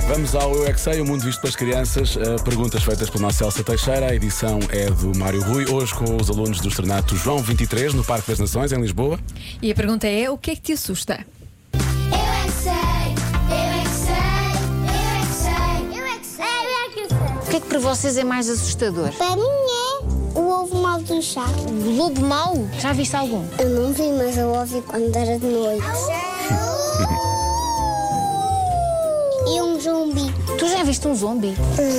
Vamos ao Eu é que Sei, o mundo visto pelas crianças. Perguntas feitas pelo nosso Elsa Teixeira. A edição é do Mário Rui. Hoje com os alunos do Externato João 23, no Parque das Nações, em Lisboa. E a pergunta é: o que é que te assusta? Eu é que sei, eu é que sei, eu é que sei, eu é que sei, eu é que sei. O que é que para vocês é mais assustador? Para mim é o ovo mau do chá. O lobo mau? Já viste algum? Eu não vi, mas eu ouvi quando era de noite. E um zumbi. Tu já viste um zombi?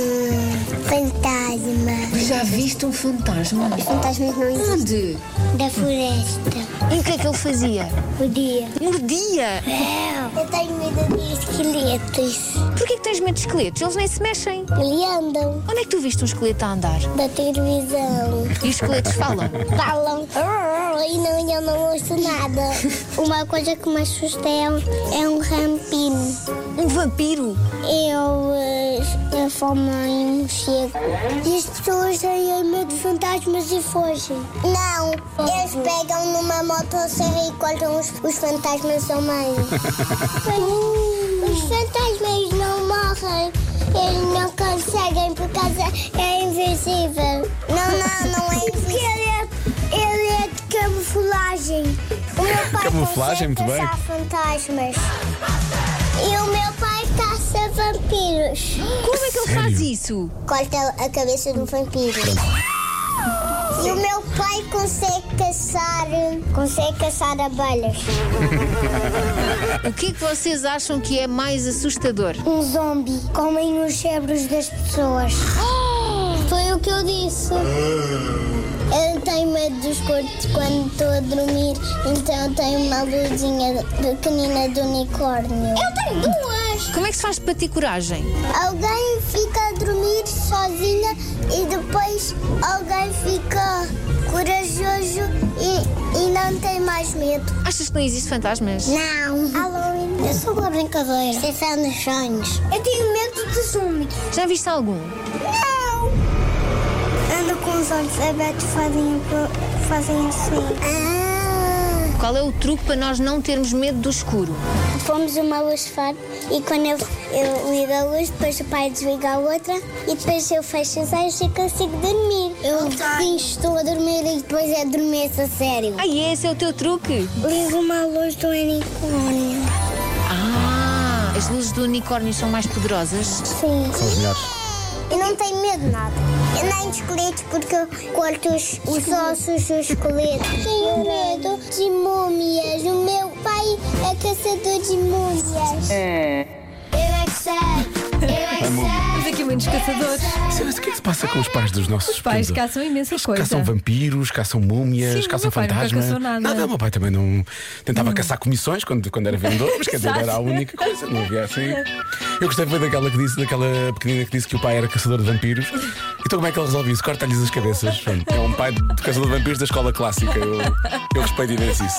Fantasma. Já viste um fantasma? Os fantasmas não existem. Onde? Da floresta. E o que é que ele fazia? O dia. Mordia! Eu tenho medo de esqueletos. Porquê que tens medo de esqueletos? Eles nem se mexem. Eles andam Onde é que tu viste um esqueleto a andar? da televisão. E os esqueletos falam? Falam e eu não ouço nada. Uma coisa que me assusta é um rampino. Um vampiro? Eu formo em morcego. E as pessoas têm medo de fantasmas e fogem. Não, eles pegam numa motosserra e cortam os fantasmas ao meio. Os fantasmas não morrem. Eles não conseguem por causa é invisível. Não é invisível. Ele é de camuflagem. O meu pai Camuflagem, muito consegue bem. caçar fantasmas. E o meu pai caça vampiros. Como é que ele Sério? faz isso? Corta a cabeça do vampiro. E o meu pai consegue caçar abelhas. O que é que vocês acham que é mais assustador? Um zombi. Comem os cérebros das pessoas. Foi o que eu disse. Eu tenho medo dos escuro quando estou a dormir, então eu tenho uma luzinha pequenina de unicórnio. Eu tenho duas! Como é que se faz para ter coragem? Alguém fica a dormir sozinha e depois alguém fica corajoso e não tem mais medo. Achas que não existe fantasmas? Não. Halloween é só uma brincadeira. Isso é só nos sonhos. Eu tenho medo de zumbi. Já viste algum? Não. Ando com os olhos abertos, fazem assim. Qual é o truque para nós não termos medo do escuro? Fomos uma luz forte e quando eu ligo a luz, depois o pai desliga a outra e depois eu fecho os olhos e consigo dormir. Eu estou a dormir e depois adormeço a sério. Ah, esse é o teu truque? Ligo uma luz do unicórnio. Ah, as luzes do unicórnio são mais poderosas? Sim. São os melhores. Eu não tenho medo de nada. Eu nem de esqueletos porque eu corto os ossos dos esqueletos. Tenho medo de múmias. O meu pai é caçador de múmias. Eu é que sei. Eu é que sei. Temos aqui muitos caçadores. Mas o que é que se passa com os pais dos nossos Os pais pequenos? caçam imensa coisa. Caçam vampiros, caçam múmias, Sim, caçam o meu pai nunca fantasmas. caçou nada. O meu pai também não. Tentava caçar comissões quando era vendedor, mas quer dizer, era a única coisa. Não havia assim. Eu gostei foi daquela pequenina que disse que o pai era caçador de vampiros. Então como é que ele resolve isso? Corta-lhes as cabeças. Pronto, é um pai de caçador de vampiros da escola clássica. Eu respeito imenso isso.